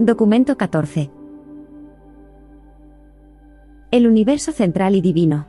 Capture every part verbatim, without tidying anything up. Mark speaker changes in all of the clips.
Speaker 1: Documento catorce. El universo central y divino.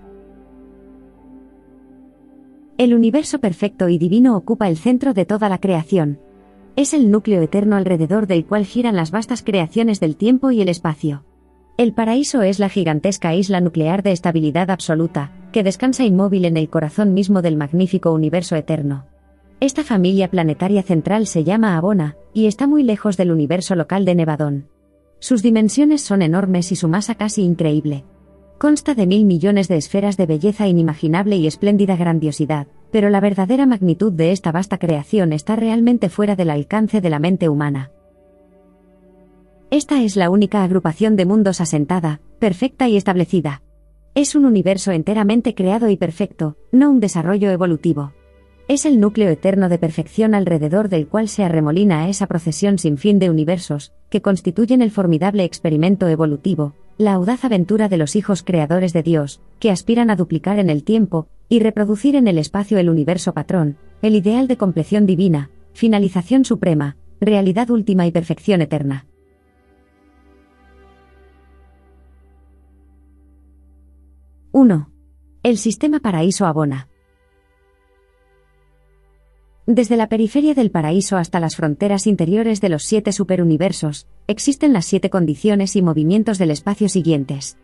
Speaker 1: El universo perfecto y divino ocupa el centro de toda la creación. Es el núcleo eterno alrededor del cual giran las vastas creaciones del tiempo y el espacio. El paraíso es la gigantesca isla nuclear de estabilidad absoluta, que descansa inmóvil en el corazón mismo del magnífico universo eterno. Esta familia planetaria central se llama Abona, y está muy lejos del universo local de Nevadón. Sus dimensiones son enormes y su masa casi increíble. Consta de mil millones de esferas de belleza inimaginable y espléndida grandiosidad, pero la verdadera magnitud de esta vasta creación está realmente fuera del alcance de la mente humana. Esta es la única agrupación de mundos asentada, perfecta y establecida. Es un universo enteramente creado y perfecto, no un desarrollo evolutivo. Es el núcleo eterno de perfección alrededor del cual se arremolina esa procesión sin fin de universos, que constituyen el formidable experimento evolutivo, la audaz aventura de los hijos creadores de Dios, que aspiran a duplicar en el tiempo, y reproducir en el espacio el universo patrón, el ideal de compleción divina, finalización suprema, realidad última y perfección eterna. uno. El sistema paraíso Abona. Desde la periferia del paraíso hasta las fronteras interiores de los siete superuniversos, existen las siete condiciones y movimientos del espacio siguientes.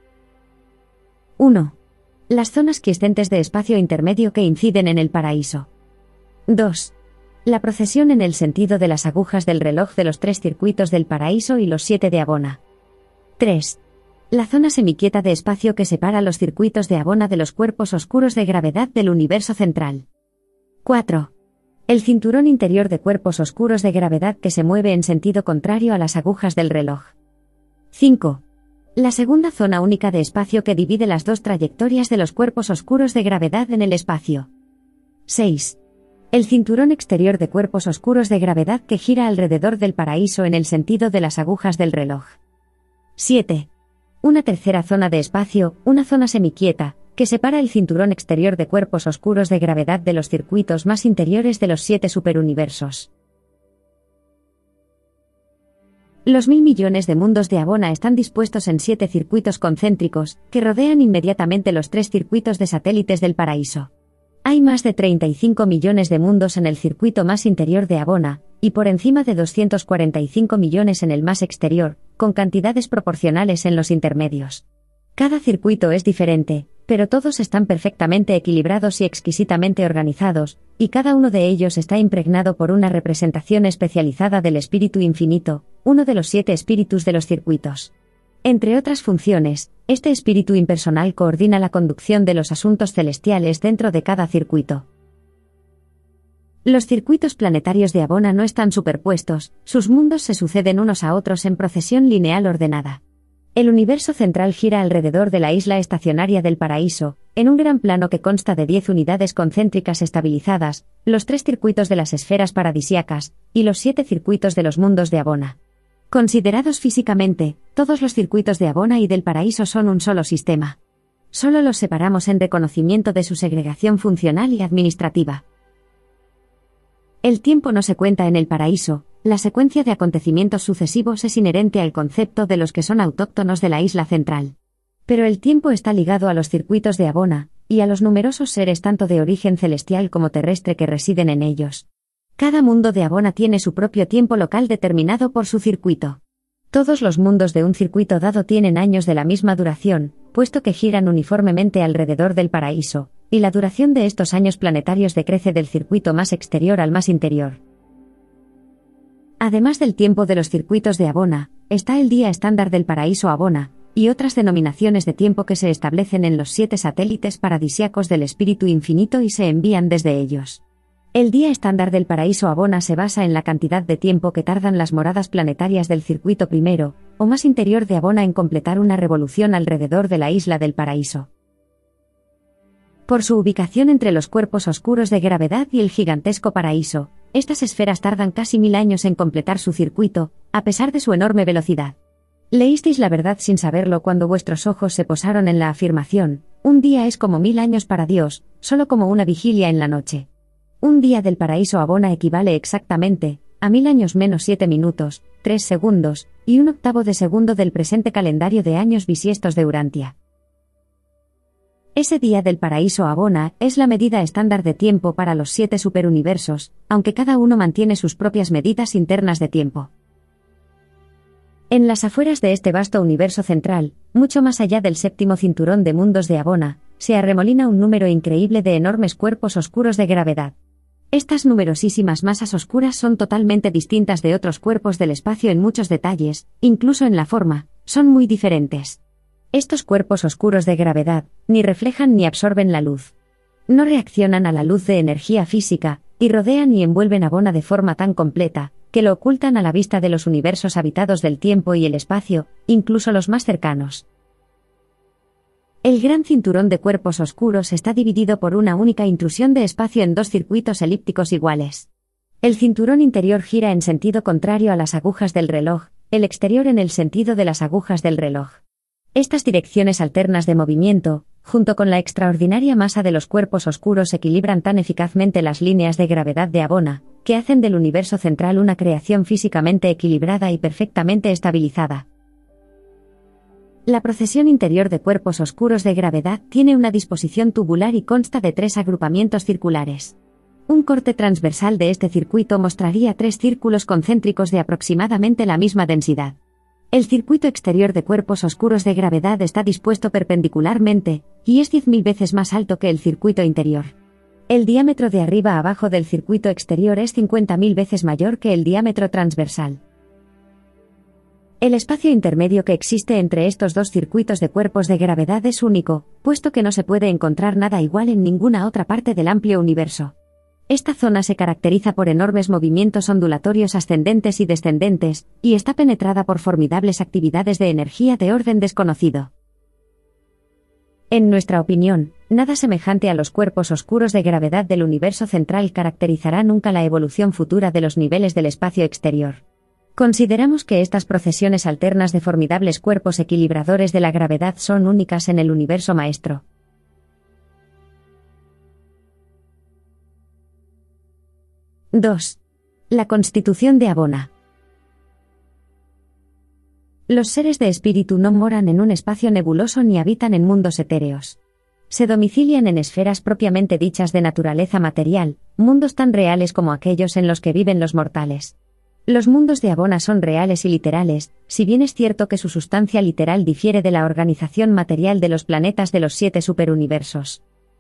Speaker 1: uno. Las zonas quiescentes de espacio intermedio que inciden en el paraíso. dos. La procesión en el sentido de las agujas del reloj de los tres circuitos del paraíso y los siete de Abona. tres. La zona semiquieta de espacio que separa los circuitos de Abona de los cuerpos oscuros de gravedad del universo central. cuatro. El cinturón interior de cuerpos oscuros de gravedad que se mueve en sentido contrario a las agujas del reloj. cinco. La segunda zona única de espacio que divide las dos trayectorias de los cuerpos oscuros de gravedad en el espacio. seis. El cinturón exterior de cuerpos oscuros de gravedad que gira alrededor del paraíso en el sentido de las agujas del reloj. siete. Una tercera zona de espacio, una zona semiquieta, que separa el cinturón exterior de cuerpos oscuros de gravedad de los circuitos más interiores de los siete superuniversos. Los mil millones de mundos de Abona están dispuestos en siete circuitos concéntricos, que rodean inmediatamente los tres circuitos de satélites del paraíso. Hay más de treinta y cinco millones de mundos en el circuito más interior de Abona, y por encima de doscientos cuarenta y cinco millones en el más exterior, con cantidades proporcionales en los intermedios. Cada circuito es diferente, pero todos están perfectamente equilibrados y exquisitamente organizados, y cada uno de ellos está impregnado por una representación especializada del espíritu infinito, uno de los siete espíritus de los circuitos. Entre otras funciones, este espíritu impersonal coordina la conducción de los asuntos celestiales dentro de cada circuito. Los circuitos planetarios de Abona no están superpuestos, sus mundos se suceden unos a otros en procesión lineal ordenada. El universo central gira alrededor de la isla estacionaria del paraíso, en un gran plano que consta de diez unidades concéntricas estabilizadas, los tres circuitos de las esferas paradisíacas, y los siete circuitos de los mundos de Abona. Considerados físicamente, todos los circuitos de Abona y del paraíso son un solo sistema. Solo los separamos en reconocimiento de su segregación funcional y administrativa. El tiempo no se cuenta en el paraíso. La secuencia de acontecimientos sucesivos es inherente al concepto de los que son autóctonos de la isla central. Pero el tiempo está ligado a los circuitos de Abona, y a los numerosos seres tanto de origen celestial como terrestre que residen en ellos. Cada mundo de Abona tiene su propio tiempo local determinado por su circuito. Todos los mundos de un circuito dado tienen años de la misma duración, puesto que giran uniformemente alrededor del paraíso, y la duración de estos años planetarios decrece del circuito más exterior al más interior. Además del tiempo de los circuitos de Abona, está el día estándar del paraíso Abona, y otras denominaciones de tiempo que se establecen en los siete satélites paradisíacos del espíritu infinito y se envían desde ellos. El día estándar del paraíso Abona se basa en la cantidad de tiempo que tardan las moradas planetarias del circuito primero, o más interior de Abona en completar una revolución alrededor de la isla del paraíso. Por su ubicación entre los cuerpos oscuros de gravedad y el gigantesco paraíso, estas esferas tardan casi mil años en completar su circuito, a pesar de su enorme velocidad. Leísteis la verdad sin saberlo cuando vuestros ojos se posaron en la afirmación: un día es como mil años para Dios, solo como una vigilia en la noche. Un día del paraíso Abona equivale exactamente a mil años menos siete minutos, tres segundos, y un octavo de segundo del presente calendario de años bisiestos de Urantia. Ese día del paraíso Abona es la medida estándar de tiempo para los siete superuniversos, aunque cada uno mantiene sus propias medidas internas de tiempo. En las afueras de este vasto universo central, mucho más allá del séptimo cinturón de mundos de Abona, se arremolina un número increíble de enormes cuerpos oscuros de gravedad. Estas numerosísimas masas oscuras son totalmente distintas de otros cuerpos del espacio en muchos detalles, incluso en la forma, son muy diferentes. Estos cuerpos oscuros de gravedad, ni reflejan ni absorben la luz. No reaccionan a la luz de energía física, y rodean y envuelven Abona de forma tan completa, que lo ocultan a la vista de los universos habitados del tiempo y el espacio, incluso los más cercanos. El gran cinturón de cuerpos oscuros está dividido por una única intrusión de espacio en dos circuitos elípticos iguales. El cinturón interior gira en sentido contrario a las agujas del reloj, el exterior en el sentido de las agujas del reloj. Estas direcciones alternas de movimiento, junto con la extraordinaria masa de los cuerpos oscuros, equilibran tan eficazmente las líneas de gravedad de Abona, que hacen del universo central una creación físicamente equilibrada y perfectamente estabilizada. La procesión interior de cuerpos oscuros de gravedad tiene una disposición tubular y consta de tres agrupamientos circulares. Un corte transversal de este circuito mostraría tres círculos concéntricos de aproximadamente la misma densidad. El circuito exterior de cuerpos oscuros de gravedad está dispuesto perpendicularmente, y es diez mil veces más alto que el circuito interior. El diámetro de arriba a abajo del circuito exterior es cincuenta mil veces mayor que el diámetro transversal. El espacio intermedio que existe entre estos dos circuitos de cuerpos de gravedad es único, puesto que no se puede encontrar nada igual en ninguna otra parte del amplio universo. Esta zona se caracteriza por enormes movimientos ondulatorios ascendentes y descendentes, y está penetrada por formidables actividades de energía de orden desconocido. En nuestra opinión, nada semejante a los cuerpos oscuros de gravedad del universo central caracterizará nunca la evolución futura de los niveles del espacio exterior. Consideramos que estas procesiones alternas de formidables cuerpos equilibradores de la gravedad son únicas en el universo maestro. dos. La constitución de Abona. Los seres de espíritu no moran en un espacio nebuloso ni habitan en mundos etéreos. Se domicilian en esferas propiamente dichas de naturaleza material, mundos tan reales como aquellos en los que viven los mortales. Los mundos de Abona son reales y literales, si bien es cierto que su sustancia literal difiere de la organización material de los planetas de los siete superuniversos.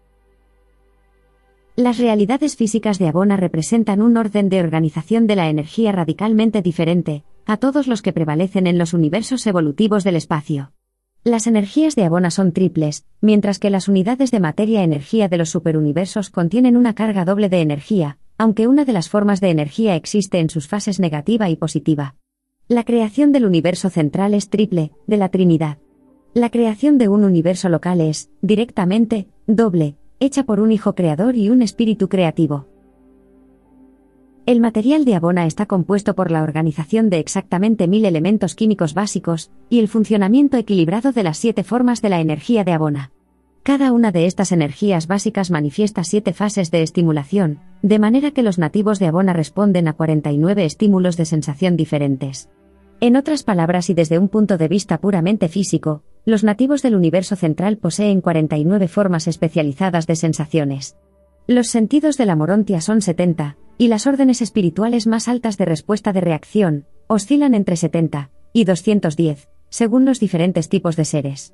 Speaker 1: Las realidades físicas de Abona representan un orden de organización de la energía radicalmente diferente a todos los que prevalecen en los universos evolutivos del espacio. Las energías de Abona son triples, mientras que las unidades de materia-energía de los superuniversos contienen una carga doble de energía, aunque una de las formas de energía existe en sus fases negativa y positiva. La creación del universo central es triple, de la Trinidad. La creación de un universo local es, directamente, doble, hecha por un Hijo Creador y un Espíritu Creativo. El material de Abona está compuesto por la organización de exactamente mil elementos químicos básicos, y el funcionamiento equilibrado de las siete formas de la energía de Abona. Cada una de estas energías básicas manifiesta siete fases de estimulación, de manera que los nativos de Abona responden a cuarenta y nueve estímulos de sensación diferentes. En otras palabras y desde un punto de vista puramente físico, los nativos del universo central poseen cuarenta y nueve formas especializadas de sensaciones. Los sentidos de la Morontia son setenta, y las órdenes espirituales más altas de respuesta de reacción oscilan entre setenta y doscientos diez, según los diferentes tipos de seres.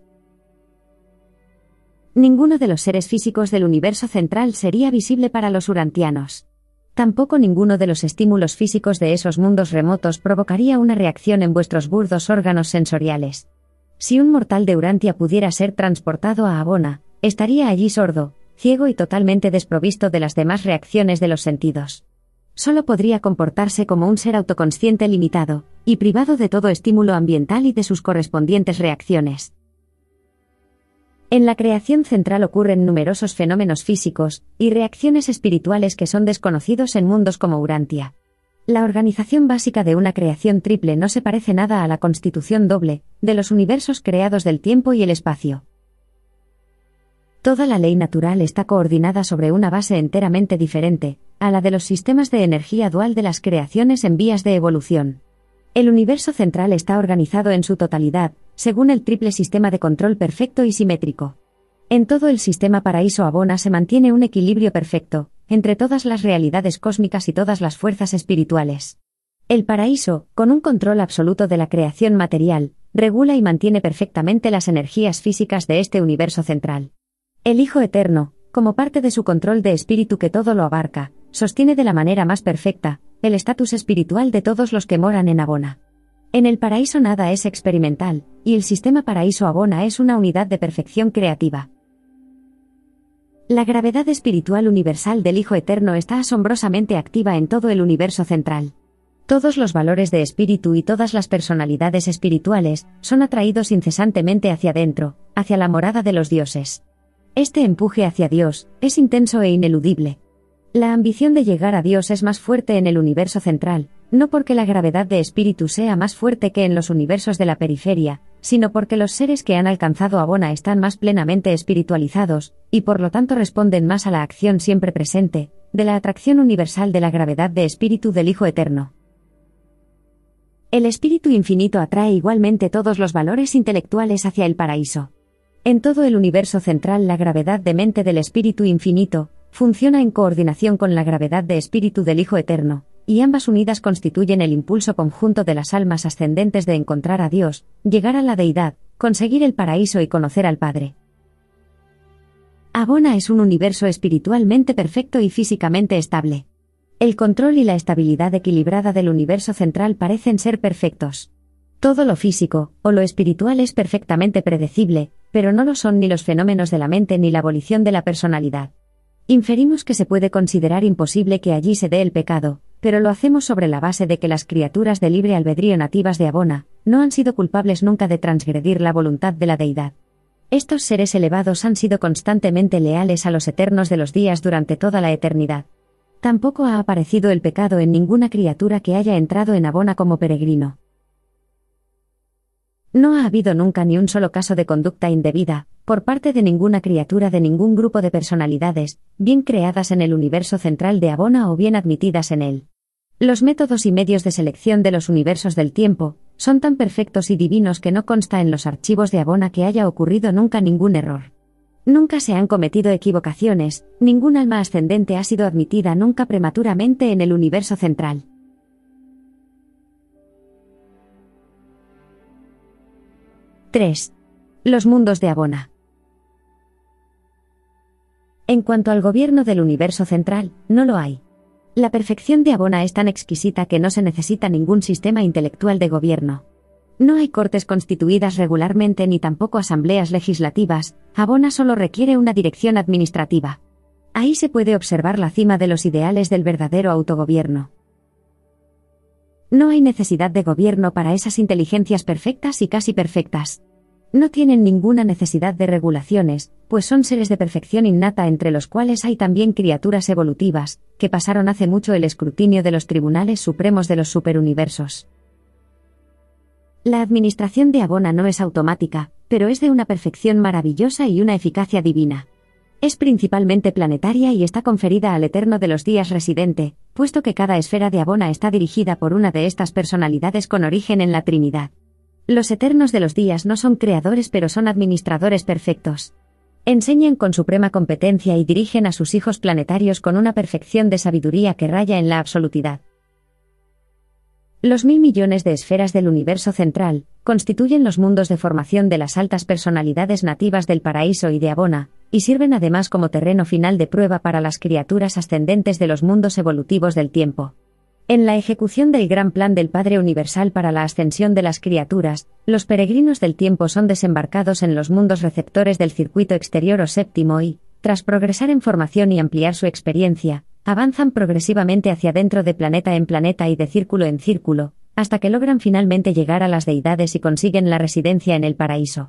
Speaker 1: Ninguno de los seres físicos del universo central sería visible para los urantianos. Tampoco ninguno de los estímulos físicos de esos mundos remotos provocaría una reacción en vuestros burdos órganos sensoriales. Si un mortal de Urantia pudiera ser transportado a Abona, estaría allí sordo, ciego y totalmente desprovisto de las demás reacciones de los sentidos. Solo podría comportarse como un ser autoconsciente limitado, y privado de todo estímulo ambiental y de sus correspondientes reacciones. En la creación central ocurren numerosos fenómenos físicos y reacciones espirituales que son desconocidos en mundos como Urantia. La organización básica de una creación triple no se parece nada a la constitución doble de los universos creados del tiempo y el espacio. Toda la ley natural está coordinada sobre una base enteramente diferente, a la de los sistemas de energía dual de las creaciones en vías de evolución. El universo central está organizado en su totalidad, según el triple sistema de control perfecto y simétrico. En todo el sistema Paraíso Abona se mantiene un equilibrio perfecto, entre todas las realidades cósmicas y todas las fuerzas espirituales. El paraíso, con un control absoluto de la creación material, regula y mantiene perfectamente las energías físicas de este universo central. El Hijo Eterno, como parte de su control de espíritu que todo lo abarca, sostiene de la manera más perfecta el estatus espiritual de todos los que moran en Abona. En el paraíso nada es experimental, y el sistema Paraíso Abona es una unidad de perfección creativa. La gravedad espiritual universal del Hijo Eterno está asombrosamente activa en todo el universo central. Todos los valores de espíritu y todas las personalidades espirituales son atraídos incesantemente hacia adentro, hacia la morada de los dioses. Este empuje hacia Dios es intenso e ineludible. La ambición de llegar a Dios es más fuerte en el universo central, no porque la gravedad de espíritu sea más fuerte que en los universos de la periferia, sino porque los seres que han alcanzado Abona están más plenamente espiritualizados, y por lo tanto responden más a la acción siempre presente, de la atracción universal de la gravedad de espíritu del Hijo Eterno. El Espíritu Infinito atrae igualmente todos los valores intelectuales hacia el paraíso. En todo el universo central la gravedad de mente del Espíritu Infinito funciona en coordinación con la gravedad de espíritu del Hijo Eterno, y ambas unidas constituyen el impulso conjunto de las almas ascendentes de encontrar a Dios, llegar a la deidad, conseguir el paraíso y conocer al Padre. Abona es un universo espiritualmente perfecto y físicamente estable. El control y la estabilidad equilibrada del universo central parecen ser perfectos. Todo lo físico, o lo espiritual es perfectamente predecible, pero no lo son ni los fenómenos de la mente ni la abolición de la personalidad. Inferimos que se puede considerar imposible que allí se dé el pecado, pero lo hacemos sobre la base de que las criaturas de libre albedrío nativas de Abona no han sido culpables nunca de transgredir la voluntad de la deidad. Estos seres elevados han sido constantemente leales a los eternos de los días durante toda la eternidad. Tampoco ha aparecido el pecado en ninguna criatura que haya entrado en Abona como peregrino. No ha habido nunca ni un solo caso de conducta indebida, por parte de ninguna criatura de ningún grupo de personalidades, bien creadas en el universo central de Abona o bien admitidas en él. Los métodos y medios de selección de los universos del tiempo son tan perfectos y divinos que no consta en los archivos de Abona que haya ocurrido nunca ningún error. Nunca se han cometido equivocaciones, ningún alma ascendente ha sido admitida nunca prematuramente en el universo central. tres. Los mundos de Abona. En cuanto al gobierno del universo central, no lo hay. La perfección de Abona es tan exquisita que no se necesita ningún sistema intelectual de gobierno. No hay cortes constituidas regularmente ni tampoco asambleas legislativas, Abona solo requiere una dirección administrativa. Ahí se puede observar la cima de los ideales del verdadero autogobierno. No hay necesidad de gobierno para esas inteligencias perfectas y casi perfectas. No tienen ninguna necesidad de regulaciones, pues son seres de perfección innata entre los cuales hay también criaturas evolutivas, que pasaron hace mucho el escrutinio de los tribunales supremos de los superuniversos. La administración de Abona no es automática, pero es de una perfección maravillosa y una eficacia divina. Es principalmente planetaria y está conferida al Eterno de los Días residente, puesto que cada esfera de Abona está dirigida por una de estas personalidades con origen en la Trinidad. Los Eternos de los Días no son creadores pero son administradores perfectos. Enseñan con suprema competencia y dirigen a sus hijos planetarios con una perfección de sabiduría que raya en la absolutidad. Los mil millones de esferas del universo central constituyen los mundos de formación de las altas personalidades nativas del paraíso y de Abona, y sirven además como terreno final de prueba para las criaturas ascendentes de los mundos evolutivos del tiempo. En la ejecución del gran plan del Padre Universal para la ascensión de las criaturas, los peregrinos del tiempo son desembarcados en los mundos receptores del circuito exterior o séptimo y, tras progresar en formación y ampliar su experiencia, avanzan progresivamente hacia dentro de planeta en planeta y de círculo en círculo, hasta que logran finalmente llegar a las deidades y consiguen la residencia en el paraíso.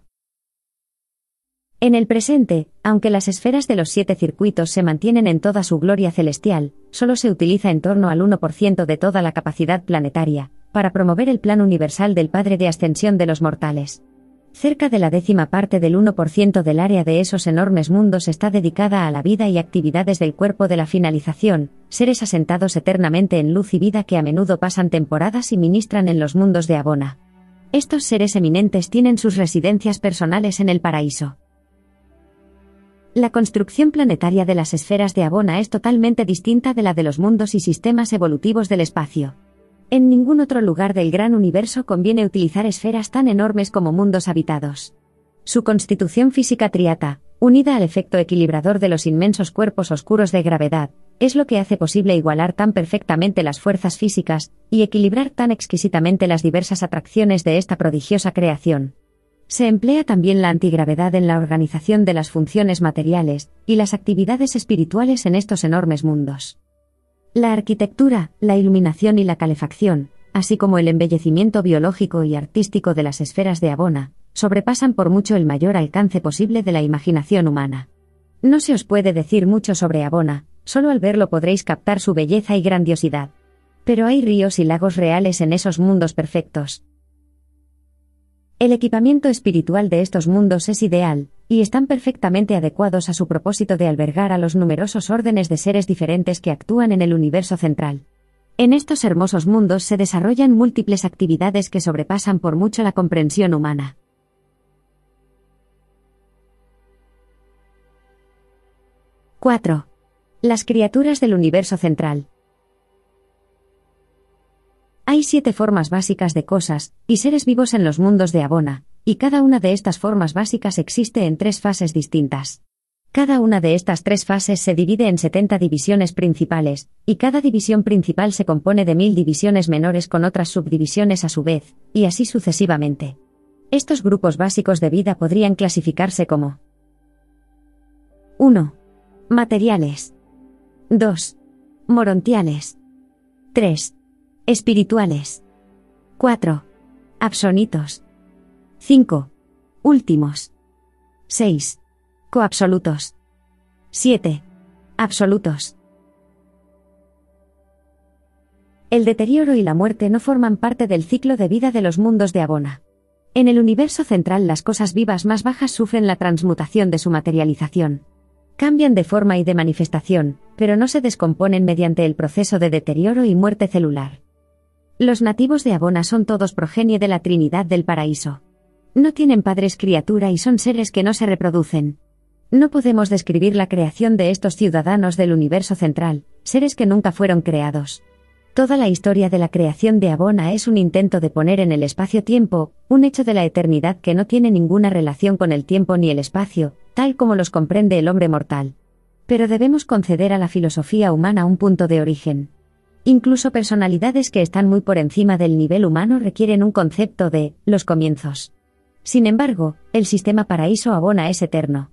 Speaker 1: En el presente, aunque las esferas de los siete circuitos se mantienen en toda su gloria celestial, solo se utiliza en torno al uno por ciento de toda la capacidad planetaria, para promover el plan universal del Padre de ascensión de los mortales. Cerca de la décima parte del uno por ciento del área de esos enormes mundos está dedicada a la vida y actividades del cuerpo de la finalización, seres asentados eternamente en luz y vida que a menudo pasan temporadas y ministran en los mundos de Abona. Estos seres eminentes tienen sus residencias personales en el paraíso. La construcción planetaria de las esferas de Abona es totalmente distinta de la de los mundos y sistemas evolutivos del espacio. En ningún otro lugar del gran universo conviene utilizar esferas tan enormes como mundos habitados. Su constitución física triata, unida al efecto equilibrador de los inmensos cuerpos oscuros de gravedad, es lo que hace posible igualar tan perfectamente las fuerzas físicas y equilibrar tan exquisitamente las diversas atracciones de esta prodigiosa creación. Se emplea también la antigravedad en la organización de las funciones materiales y las actividades espirituales en estos enormes mundos. La arquitectura, la iluminación y la calefacción, así como el embellecimiento biológico y artístico de las esferas de Abona, sobrepasan por mucho el mayor alcance posible de la imaginación humana. No se os puede decir mucho sobre Abona, solo al verlo podréis captar su belleza y grandiosidad. Pero hay ríos y lagos reales en esos mundos perfectos. El equipamiento espiritual de estos mundos es ideal, y están perfectamente adecuados a su propósito de albergar a los numerosos órdenes de seres diferentes que actúan en el universo central. En estos hermosos mundos se desarrollan múltiples actividades que sobrepasan por mucho la comprensión humana. cuatro. Las criaturas del universo central. Hay siete formas básicas de cosas y seres vivos en los mundos de Abona, y cada una de estas formas básicas existe en tres fases distintas. Cada una de estas tres fases se divide en setenta divisiones principales, y cada división principal se compone de mil divisiones menores con otras subdivisiones a su vez, y así sucesivamente. Estos grupos básicos de vida podrían clasificarse como: uno. Materiales. dos. Morontiales. tres. Espirituales. cuatro. Absonitos. cinco. Últimos. seis. Coabsolutos. siete. Absolutos. El deterioro y la muerte no forman parte del ciclo de vida de los mundos de Abona. En el universo central las cosas vivas más bajas sufren la transmutación de su materialización. Cambian de forma y de manifestación, pero no se descomponen mediante el proceso de deterioro y muerte celular. Los nativos de Abona son todos progenie de la Trinidad del Paraíso. No tienen padres criatura y son seres que no se reproducen. No podemos describir la creación de estos ciudadanos del universo central, seres que nunca fueron creados. Toda la historia de la creación de Abona es un intento de poner en el espacio-tiempo, un hecho de la eternidad que no tiene ninguna relación con el tiempo ni el espacio, tal como los comprende el hombre mortal. Pero debemos conceder a la filosofía humana un punto de origen. Incluso personalidades que están muy por encima del nivel humano requieren un concepto de los comienzos. Sin embargo, el sistema paraíso Abona es eterno.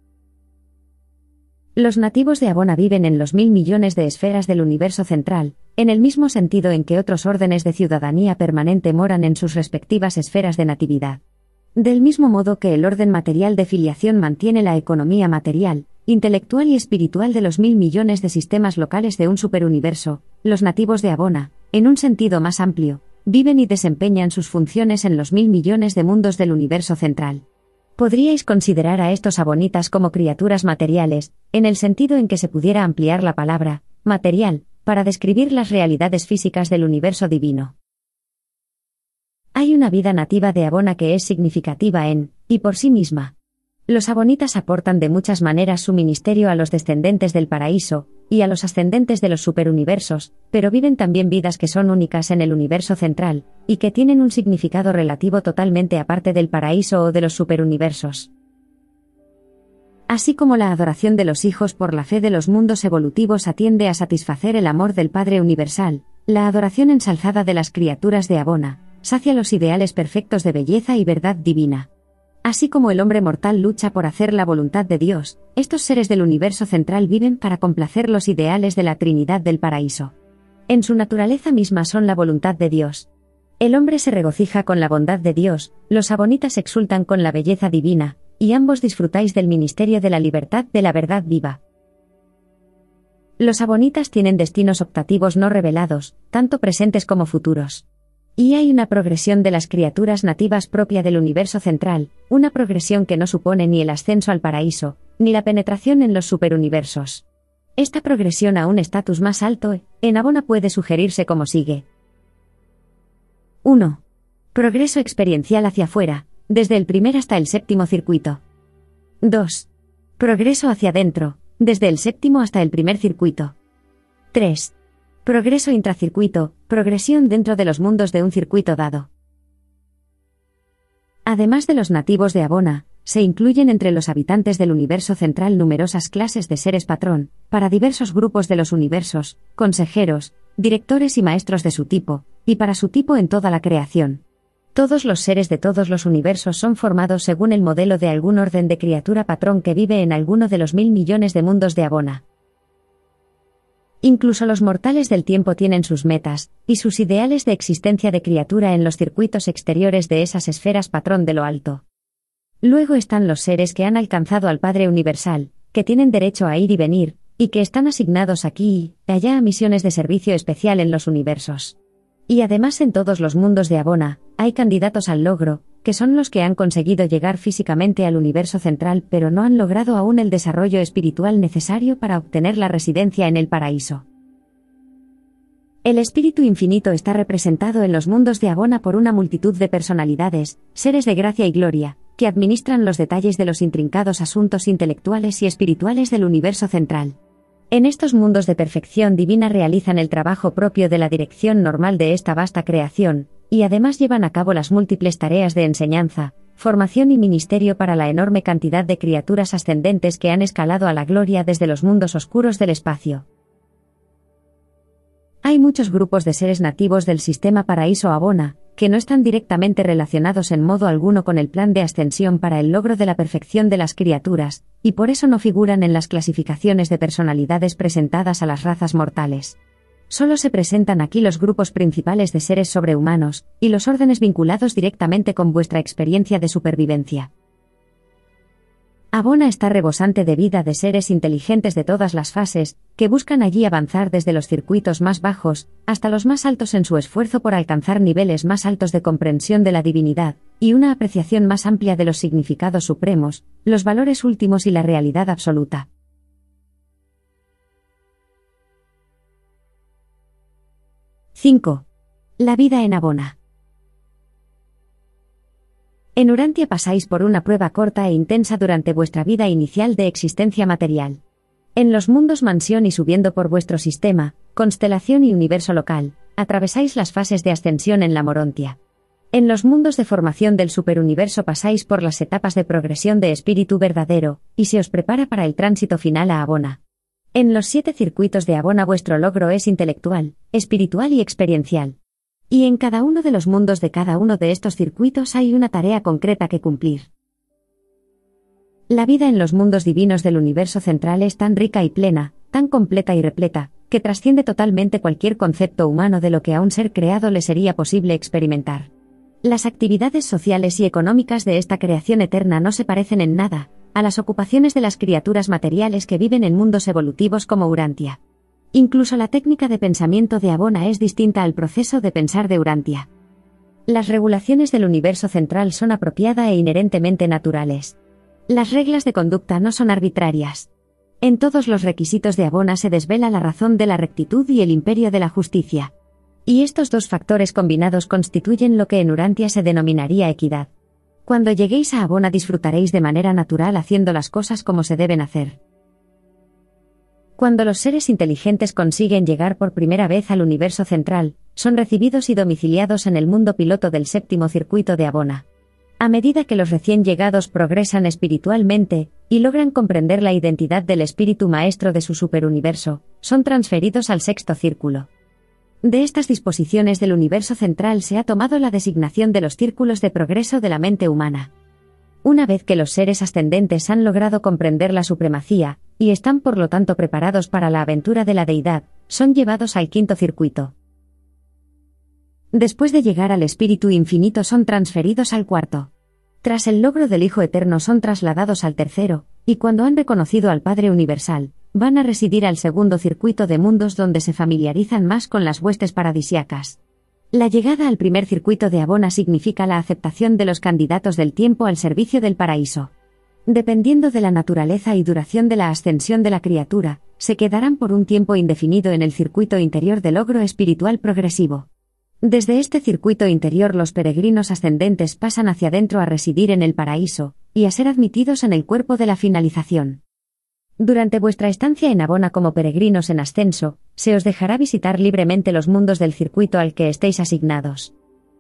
Speaker 1: Los nativos de Abona viven en los mil millones de esferas del universo central, en el mismo sentido en que otros órdenes de ciudadanía permanente moran en sus respectivas esferas de natividad. Del mismo modo que el orden material de filiación mantiene la economía material, intelectual y espiritual de los mil millones de sistemas locales de un superuniverso, los nativos de Abona, en un sentido más amplio, viven y desempeñan sus funciones en los mil millones de mundos del universo central. Podríais considerar a estos abonitas como criaturas materiales, en el sentido en que se pudiera ampliar la palabra material para describir las realidades físicas del universo divino. Hay una vida nativa de Abona que es significativa en y por sí misma. Los abonitas aportan de muchas maneras su ministerio a los descendentes del paraíso y a los ascendentes de los superuniversos, pero viven también vidas que son únicas en el universo central y que tienen un significado relativo totalmente aparte del paraíso o de los superuniversos. Así como la adoración de los hijos por la fe de los mundos evolutivos atiende a satisfacer el amor del Padre Universal, la adoración ensalzada de las criaturas de Abona sacia los ideales perfectos de belleza y verdad divina. Así como el hombre mortal lucha por hacer la voluntad de Dios, estos seres del universo central viven para complacer los ideales de la Trinidad del Paraíso. En su naturaleza misma son la voluntad de Dios. El hombre se regocija con la bondad de Dios, los abonitas exultan con la belleza divina, y ambos disfrutáis del ministerio de la libertad de la verdad viva. Los abonitas tienen destinos optativos no revelados, tanto presentes como futuros. Y hay una progresión de las criaturas nativas propia del universo central, una progresión que no supone ni el ascenso al paraíso, ni la penetración en los superuniversos. Esta progresión a un estatus más alto, en Abona puede sugerirse como sigue. uno. Progreso experiencial hacia afuera, desde el primer hasta el séptimo circuito. dos. Progreso hacia adentro, desde el séptimo hasta el primer circuito. tres. Progreso intracircuito, progresión dentro de los mundos de un circuito dado. Además de los nativos de Abona, se incluyen entre los habitantes del universo central numerosas clases de seres patrón, para diversos grupos de los universos, consejeros, directores y maestros de su tipo, y para su tipo en toda la creación. Todos los seres de todos los universos son formados según el modelo de algún orden de criatura patrón que vive en alguno de los mil millones de mundos de Abona. Incluso los mortales del tiempo tienen sus metas, y sus ideales de existencia de criatura en los circuitos exteriores de esas esferas patrón de lo alto. Luego están los seres que han alcanzado al Padre Universal, que tienen derecho a ir y venir, y que están asignados aquí y allá a misiones de servicio especial en los universos. Y además en todos los mundos de Abona, hay candidatos al logro, que son los que han conseguido llegar físicamente al universo central pero no han logrado aún el desarrollo espiritual necesario para obtener la residencia en el paraíso. El espíritu infinito está representado en los mundos de Abona por una multitud de personalidades, seres de gracia y gloria, que administran los detalles de los intrincados asuntos intelectuales y espirituales del universo central. En estos mundos de perfección divina realizan el trabajo propio de la dirección normal de esta vasta creación, y además llevan a cabo las múltiples tareas de enseñanza, formación y ministerio para la enorme cantidad de criaturas ascendentes que han escalado a la gloria desde los mundos oscuros del espacio. Hay muchos grupos de seres nativos del sistema Paraíso Abona, que no están directamente relacionados en modo alguno con el plan de ascensión para el logro de la perfección de las criaturas, y por eso no figuran en las clasificaciones de personalidades presentadas a las razas mortales. Solo se presentan aquí los grupos principales de seres sobrehumanos, y los órdenes vinculados directamente con vuestra experiencia de supervivencia. Abona está rebosante de vida de seres inteligentes de todas las fases, que buscan allí avanzar desde los circuitos más bajos, hasta los más altos en su esfuerzo por alcanzar niveles más altos de comprensión de la divinidad, y una apreciación más amplia de los significados supremos, los valores últimos y la realidad absoluta. cinco. La vida en Abona. En Urantia pasáis por una prueba corta e intensa durante vuestra vida inicial de existencia material. En los mundos mansión y subiendo por vuestro sistema, constelación y universo local, atravesáis las fases de ascensión en la Morontia. En los mundos de formación del superuniverso pasáis por las etapas de progresión de espíritu verdadero, y se os prepara para el tránsito final a Abona. En los siete circuitos de Abona vuestro logro es intelectual, espiritual y experiencial. Y en cada uno de los mundos de cada uno de estos circuitos hay una tarea concreta que cumplir. La vida en los mundos divinos del universo central es tan rica y plena, tan completa y repleta, que trasciende totalmente cualquier concepto humano de lo que a un ser creado le sería posible experimentar. Las actividades sociales y económicas de esta creación eterna no se parecen en nada a las ocupaciones de las criaturas materiales que viven en mundos evolutivos como Urantia. Incluso la técnica de pensamiento de Abona es distinta al proceso de pensar de Urantia. Las regulaciones del universo central son apropiadas e inherentemente naturales. Las reglas de conducta no son arbitrarias. En todos los requisitos de Abona se desvela la razón de la rectitud y el imperio de la justicia. Y estos dos factores combinados constituyen lo que en Urantia se denominaría equidad. Cuando lleguéis a Abona disfrutaréis de manera natural haciendo las cosas como se deben hacer. Cuando los seres inteligentes consiguen llegar por primera vez al universo central, son recibidos y domiciliados en el mundo piloto del séptimo circuito de Abona. A medida que los recién llegados progresan espiritualmente, y logran comprender la identidad del espíritu maestro de su superuniverso, son transferidos al sexto círculo. De estas disposiciones del universo central se ha tomado la designación de los círculos de progreso de la mente humana. Una vez que los seres ascendentes han logrado comprender la supremacía, y están por lo tanto preparados para la aventura de la deidad, son llevados al quinto circuito. Después de llegar al espíritu infinito son transferidos al cuarto. Tras el logro del Hijo Eterno son trasladados al tercero, y cuando han reconocido al Padre Universal, van a residir al segundo circuito de mundos donde se familiarizan más con las huestes paradisiacas. La llegada al primer circuito de Abona significa la aceptación de los candidatos del tiempo al servicio del paraíso. Dependiendo de la naturaleza y duración de la ascensión de la criatura, se quedarán por un tiempo indefinido en el circuito interior de logro espiritual progresivo. Desde este circuito interior los peregrinos ascendentes pasan hacia adentro a residir en el paraíso, y a ser admitidos en el cuerpo de la finalización. Durante vuestra estancia en Abona como peregrinos en ascenso, se os dejará visitar libremente los mundos del circuito al que estéis asignados.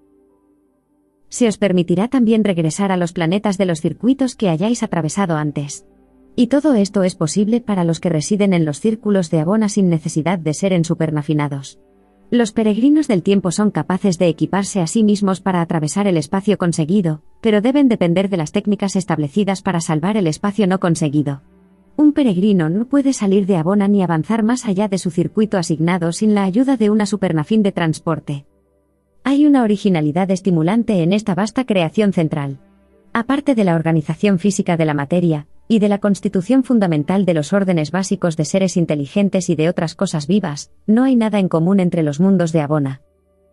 Speaker 1: Se os permitirá también regresar a los planetas de los circuitos que hayáis atravesado antes. Y todo esto es posible para los que residen en los círculos de Abona sin necesidad de ser en supernafinados. Los peregrinos del tiempo son capaces de equiparse a sí mismos para atravesar el espacio conseguido, pero deben depender de las técnicas establecidas para salvar el espacio no conseguido. Un peregrino no puede salir de Abona ni avanzar más allá de su circuito asignado sin la ayuda de una supernafín de transporte. Hay una originalidad estimulante en esta vasta creación central. Aparte de la organización física de la materia, y de la constitución fundamental de los órdenes básicos de seres inteligentes y de otras cosas vivas, no hay nada en común entre los mundos de Abona.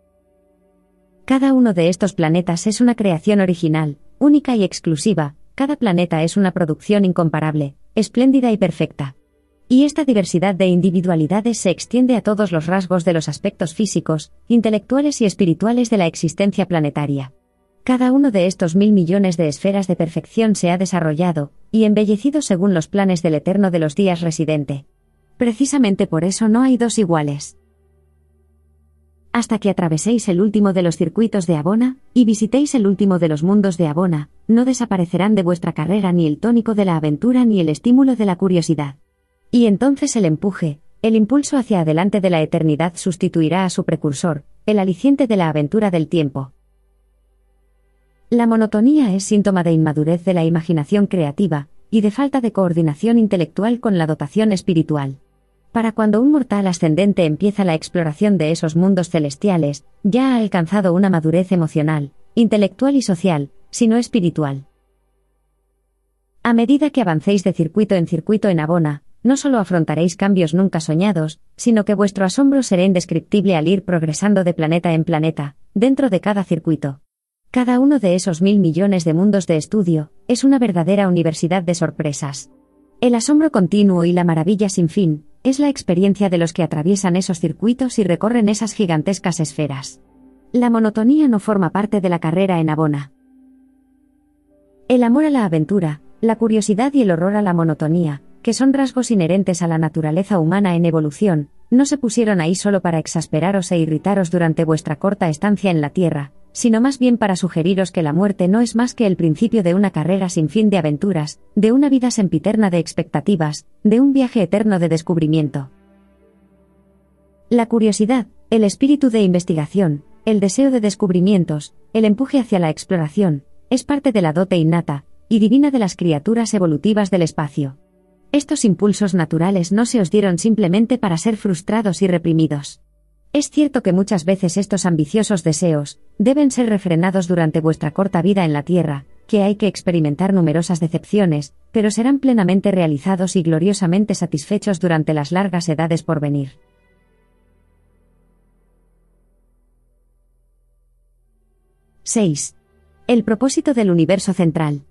Speaker 1: Cada uno de estos planetas es una creación original, única y exclusiva, cada planeta es una producción incomparable, espléndida y perfecta. Y esta diversidad de individualidades se extiende a todos los rasgos de los aspectos físicos, intelectuales y espirituales de la existencia planetaria. Cada uno de estos mil millones de esferas de perfección se ha desarrollado, y embellecido según los planes del Eterno de los días residente. Precisamente por eso no hay dos iguales. Hasta que atraveséis el último de los circuitos de Abona, y visitéis el último de los mundos de Abona, no desaparecerán de vuestra carrera ni el tónico de la aventura ni el estímulo de la curiosidad. Y entonces el empuje, el impulso hacia adelante de la eternidad sustituirá a su precursor, el aliciente de la aventura del tiempo. La monotonía es síntoma de inmadurez de la imaginación creativa, y de falta de coordinación intelectual con la dotación espiritual. Para cuando un mortal ascendente empieza la exploración de esos mundos celestiales, ya ha alcanzado una madurez emocional, intelectual y social, si no espiritual. A medida que avancéis de circuito en circuito en Abona, no solo afrontaréis cambios nunca soñados, sino que vuestro asombro será indescriptible al ir progresando de planeta en planeta, dentro de cada circuito. Cada uno de esos mil millones de mundos de estudio, es una verdadera universidad de sorpresas. El asombro continuo y la maravilla sin fin, es la experiencia de los que atraviesan esos circuitos y recorren esas gigantescas esferas. La monotonía no forma parte de la carrera en Abona. El amor a la aventura, la curiosidad y el horror a la monotonía, que son rasgos inherentes a la naturaleza humana en evolución, no se pusieron ahí solo para exasperaros e irritaros durante vuestra corta estancia en la Tierra, sino más bien para sugeriros que la muerte no es más que el principio de una carrera sin fin de aventuras, de una vida sempiterna de expectativas, de un viaje eterno de descubrimiento. La curiosidad, el espíritu de investigación, el deseo de descubrimientos, el empuje hacia la exploración, es parte de la dote innata y divina de las criaturas evolutivas del espacio. Estos impulsos naturales no se os dieron simplemente para ser frustrados y reprimidos. Es cierto que muchas veces estos ambiciosos deseos deben ser refrenados durante vuestra corta vida en la Tierra, que hay que experimentar numerosas decepciones, pero serán plenamente realizados y gloriosamente satisfechos durante las largas edades por venir. seis. El propósito del universo central.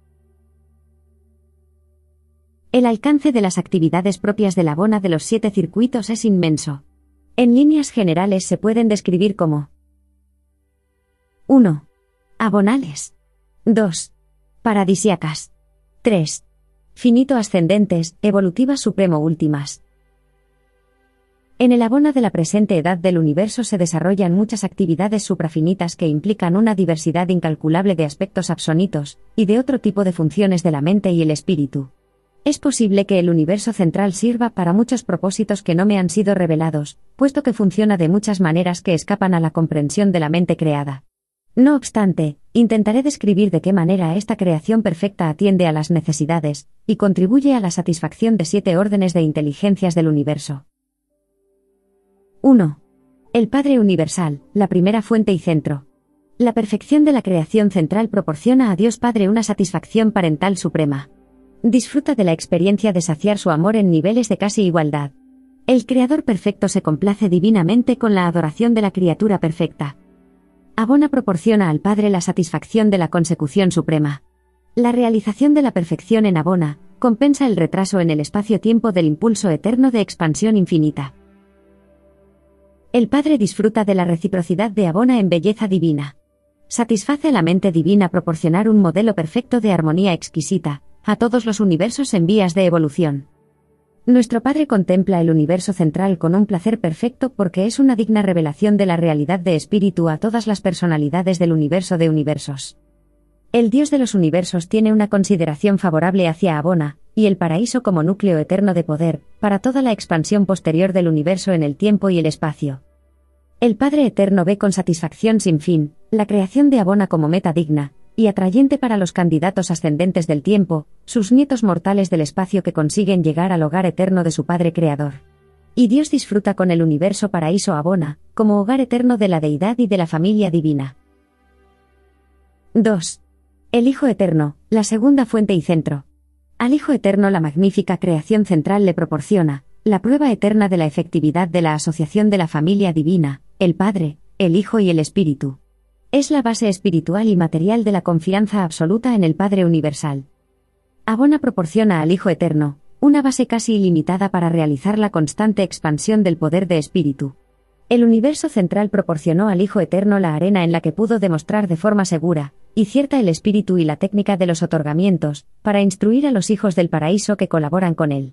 Speaker 1: El alcance de las actividades propias de la Abona de los siete circuitos es inmenso. En líneas generales se pueden describir como uno. Abonales. dos. Paradisíacas. tres. Finito ascendentes, evolutivas supremo últimas. En el Abona de la presente edad del universo se desarrollan muchas actividades suprafinitas que implican una diversidad incalculable de aspectos absonitos, y de otro tipo de funciones de la mente y el espíritu. Es posible que el universo central sirva para muchos propósitos que no me han sido revelados, puesto que funciona de muchas maneras que escapan a la comprensión de la mente creada. No obstante, intentaré describir de qué manera esta creación perfecta atiende a las necesidades, y contribuye a la satisfacción de siete órdenes de inteligencias del universo. uno. El Padre Universal, la primera fuente y centro. La perfección de la creación central proporciona a Dios Padre una satisfacción parental suprema. Disfruta de la experiencia de saciar su amor en niveles de casi igualdad. El Creador perfecto se complace divinamente con la adoración de la criatura perfecta. Abona proporciona al Padre la satisfacción de la consecución suprema. La realización de la perfección en Abona compensa el retraso en el espacio-tiempo del impulso eterno de expansión infinita. El Padre disfruta de la reciprocidad de Abona en belleza divina. Satisface a la mente divina proporcionar un modelo perfecto de armonía exquisita a todos los universos en vías de evolución. Nuestro Padre contempla el universo central con un placer perfecto porque es una digna revelación de la realidad de espíritu a todas las personalidades del universo de universos. El Dios de los universos tiene una consideración favorable hacia Abona, y el paraíso como núcleo eterno de poder, para toda la expansión posterior del universo en el tiempo y el espacio. El Padre Eterno ve con satisfacción sin fin, la creación de Abona como meta digna, y atrayente para los candidatos ascendentes del tiempo, sus nietos mortales del espacio que consiguen llegar al hogar eterno de su Padre Creador. Y Dios disfruta con el universo paraíso Abona, como hogar eterno de la deidad y de la familia divina. dos. El Hijo Eterno, la segunda fuente y centro. Al Hijo Eterno la magnífica creación central le proporciona la prueba eterna de la efectividad de la asociación de la familia divina, el Padre, el Hijo y el Espíritu. Es la base espiritual y material de la confianza absoluta en el Padre Universal. Abona proporciona al Hijo Eterno una base casi ilimitada para realizar la constante expansión del poder de espíritu. El universo central proporcionó al Hijo Eterno la arena en la que pudo demostrar de forma segura y cierta el espíritu y la técnica de los otorgamientos, para instruir a los hijos del paraíso que colaboran con él.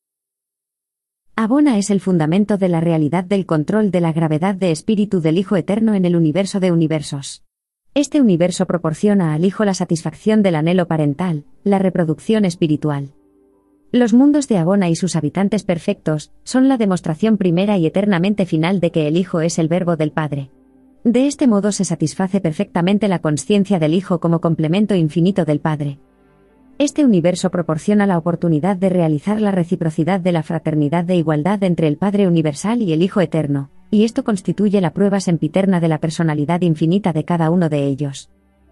Speaker 1: Abona es el fundamento de la realidad del control de la gravedad de espíritu del Hijo Eterno en el universo de universos. Este universo proporciona al Hijo la satisfacción del anhelo parental, la reproducción espiritual. Los mundos de Abona y sus habitantes perfectos son la demostración primera y eternamente final de que el Hijo es el Verbo del Padre. De este modo se satisface perfectamente la consciencia del Hijo como complemento infinito del Padre. Este universo proporciona la oportunidad de realizar la reciprocidad de la fraternidad de igualdad entre el Padre Universal y el Hijo Eterno, y esto constituye la prueba sempiterna de la personalidad infinita de cada uno de ellos.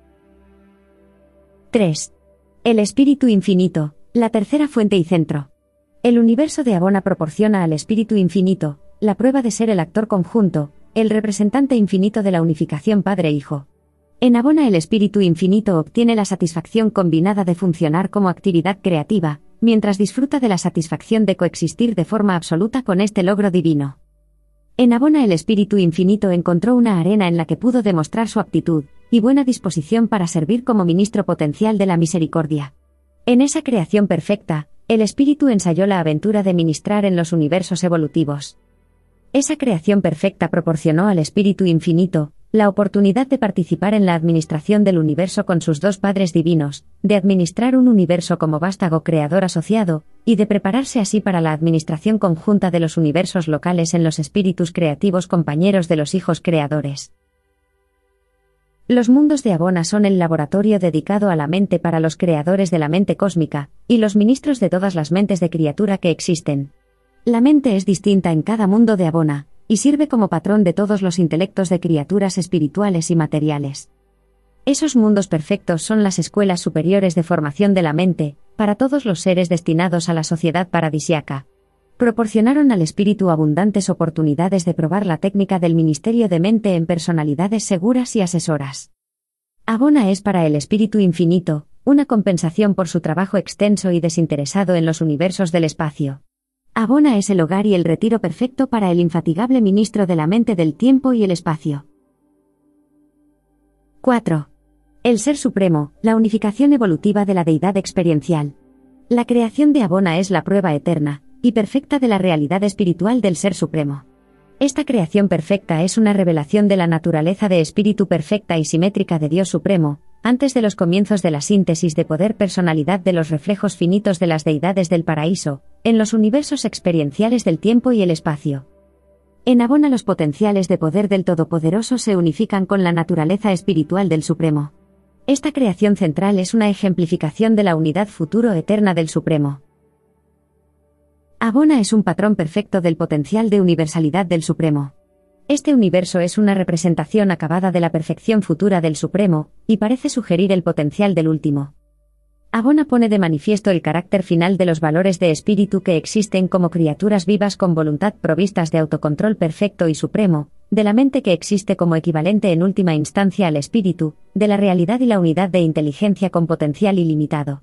Speaker 1: tres. El Espíritu Infinito, la tercera fuente y centro. El universo de Abona proporciona al Espíritu Infinito la prueba de ser el actor conjunto, el representante infinito de la unificación Padre-Hijo. En Abona el Espíritu Infinito obtiene la satisfacción combinada de funcionar como actividad creativa, mientras disfruta de la satisfacción de coexistir de forma absoluta con este logro divino. En Abona el Espíritu Infinito encontró una arena en la que pudo demostrar su aptitud y buena disposición para servir como ministro potencial de la misericordia. En esa creación perfecta, el Espíritu ensayó la aventura de ministrar en los universos evolutivos. Esa creación perfecta proporcionó al Espíritu Infinito la oportunidad de participar en la administración del universo con sus dos padres divinos, de administrar un universo como vástago creador asociado, y de prepararse así para la administración conjunta de los universos locales en los espíritus creativos compañeros de los hijos creadores. Los mundos de Abona son el laboratorio dedicado a la mente para los creadores de la mente cósmica, y los ministros de todas las mentes de criatura que existen. La mente es distinta en cada mundo de Abona, y sirve como patrón de todos los intelectos de criaturas espirituales y materiales. Esos mundos perfectos son las escuelas superiores de formación de la mente, para todos los seres destinados a la sociedad paradisiaca. Proporcionaron al espíritu abundantes oportunidades de probar la técnica del ministerio de mente en personalidades seguras y asesoras. Abona es para el espíritu infinito, una compensación por su trabajo extenso y desinteresado en los universos del espacio. Abona es el hogar y el retiro perfecto para el infatigable ministro de la mente del tiempo y el espacio. cuatro. El Ser Supremo, la unificación evolutiva de la deidad experiencial. La creación de Abona es la prueba eterna y perfecta de la realidad espiritual del Ser Supremo. Esta creación perfecta es una revelación de la naturaleza de espíritu perfecta y simétrica de Dios Supremo, antes de los comienzos de la síntesis de poder personalidad de los reflejos finitos de las deidades del paraíso, en los universos experienciales del tiempo y el espacio. En Abona los potenciales de poder del Todopoderoso se unifican con la naturaleza espiritual del Supremo. Esta creación central es una ejemplificación de la unidad futuro eterna del Supremo. Abona es un patrón perfecto del potencial de universalidad del Supremo. Este universo es una representación acabada de la perfección futura del Supremo, y parece sugerir el potencial del último. Abona pone de manifiesto el carácter final de los valores de espíritu que existen como criaturas vivas con voluntad provistas de autocontrol perfecto y supremo, de la mente que existe como equivalente en última instancia al espíritu, de la realidad y la unidad de inteligencia con potencial ilimitado.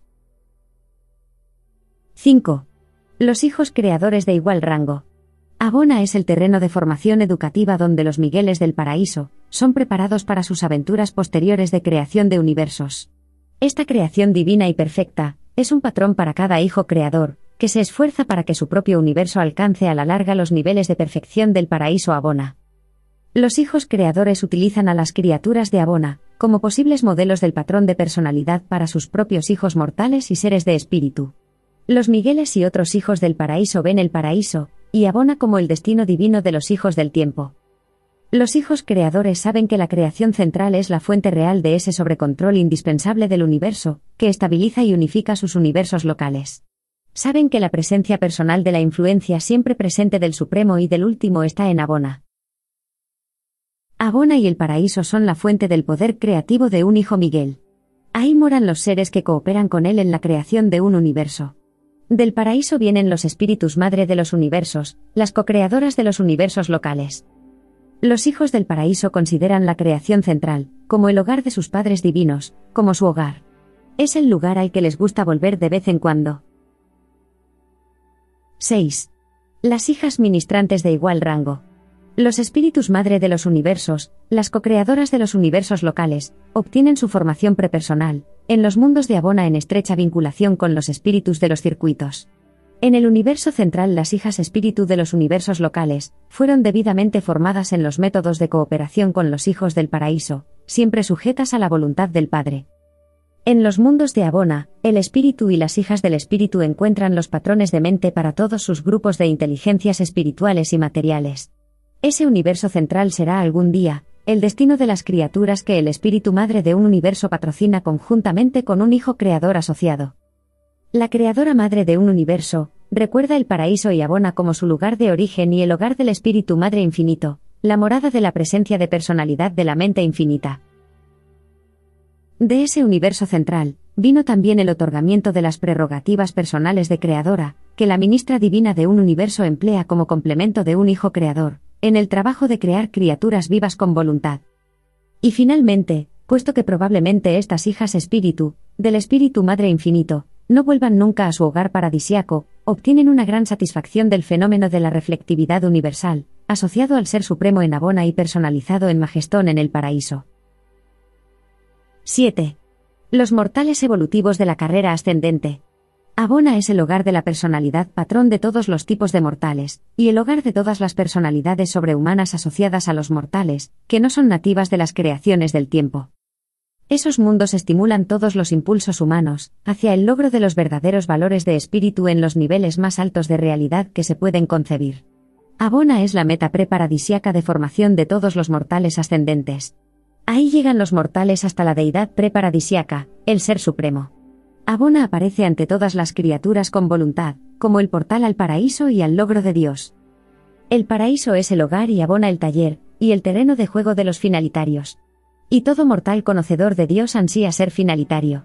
Speaker 1: cinco. Los hijos creadores de igual rango. Abona es el terreno de formación educativa donde los Migueles del paraíso son preparados para sus aventuras posteriores de creación de universos. Esta creación divina y perfecta es un patrón para cada hijo creador, que se esfuerza para que su propio universo alcance a la larga los niveles de perfección del paraíso Abona. Los hijos creadores utilizan a las criaturas de Abona como posibles modelos del patrón de personalidad para sus propios hijos mortales y seres de espíritu. Los Migueles y otros hijos del paraíso ven el paraíso y Abona como el destino divino de los hijos del tiempo. Los hijos creadores saben que la creación central es la fuente real de ese sobrecontrol indispensable del universo, que estabiliza y unifica sus universos locales. Saben que la presencia personal de la influencia siempre presente del Supremo y del Último está en Abona. Abona y el paraíso son la fuente del poder creativo de un hijo Miguel. Ahí moran los seres que cooperan con él en la creación de un universo. Del paraíso vienen los espíritus madre de los universos, las co-creadoras de los universos locales. Los hijos del paraíso consideran la creación central, como el hogar de sus padres divinos, como su hogar. Es el lugar al que les gusta volver de vez en cuando. seis. Las hijas ministrantes de igual rango. Los espíritus madre de los universos, las co-creadoras de los universos locales, obtienen su formación prepersonal en los mundos de Abona en estrecha vinculación con los espíritus de los circuitos. En el universo central las hijas espíritu de los universos locales fueron debidamente formadas en los métodos de cooperación con los hijos del paraíso, siempre sujetas a la voluntad del Padre. En los mundos de Abona, el espíritu y las hijas del espíritu encuentran los patrones de mente para todos sus grupos de inteligencias espirituales y materiales. Ese universo central será algún día el destino de las criaturas que el espíritu madre de un universo patrocina conjuntamente con un hijo creador asociado. La creadora madre de un universo recuerda el paraíso y Abona como su lugar de origen y el hogar del espíritu madre infinito, la morada de la presencia de personalidad de la mente infinita. De ese universo central vino también el otorgamiento de las prerrogativas personales de creadora, que la ministra divina de un universo emplea como complemento de un hijo creador, en el trabajo de crear criaturas vivas con voluntad. Y finalmente, puesto que probablemente estas hijas espíritu, del espíritu madre infinito, no vuelvan nunca a su hogar paradisiaco, obtienen una gran satisfacción del fenómeno de la reflectividad universal, asociado al Ser Supremo en Abona y personalizado en Majestón en el paraíso. siete. Los mortales evolutivos de la carrera ascendente. Abona es el hogar de la personalidad patrón de todos los tipos de mortales, y el hogar de todas las personalidades sobrehumanas asociadas a los mortales, que no son nativas de las creaciones del tiempo. Esos mundos estimulan todos los impulsos humanos, hacia el logro de los verdaderos valores de espíritu en los niveles más altos de realidad que se pueden concebir. Abona es la meta preparadisiaca de formación de todos los mortales ascendentes. Ahí llegan los mortales hasta la deidad preparadisiaca, el Ser Supremo. Abona aparece ante todas las criaturas con voluntad, como el portal al paraíso y al logro de Dios. El paraíso es el hogar y Abona el taller, y el terreno de juego de los finalitarios. Y todo mortal conocedor de Dios ansía ser finalitario.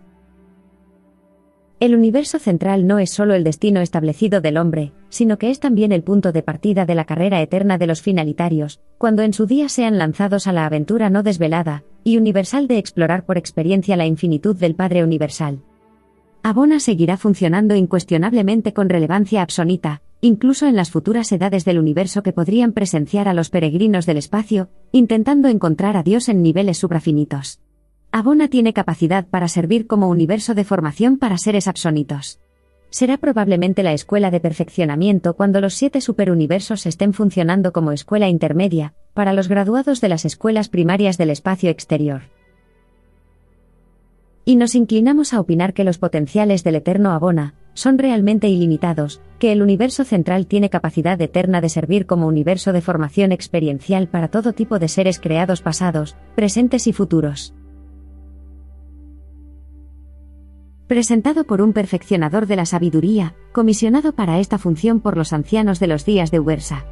Speaker 1: El universo central no es solo el destino establecido del hombre, sino que es también el punto de partida de la carrera eterna de los finalitarios, cuando en su día sean lanzados a la aventura no desvelada y universal de explorar por experiencia la infinitud del Padre Universal. Abona seguirá funcionando incuestionablemente con relevancia absonita, incluso en las futuras edades del universo que podrían presenciar a los peregrinos del espacio, intentando encontrar a Dios en niveles suprafinitos. Abona tiene capacidad para servir como universo de formación para seres absonitos. Será probablemente la escuela de perfeccionamiento cuando los siete superuniversos estén funcionando como escuela intermedia, para los graduados de las escuelas primarias del espacio exterior. Y nos inclinamos a opinar que los potenciales del eterno Abona son realmente ilimitados, que el universo central tiene capacidad eterna de servir como universo de formación experiencial para todo tipo de seres creados pasados, presentes y futuros. Presentado por un perfeccionador de la sabiduría, comisionado para esta función por los ancianos de los días de Ubersa.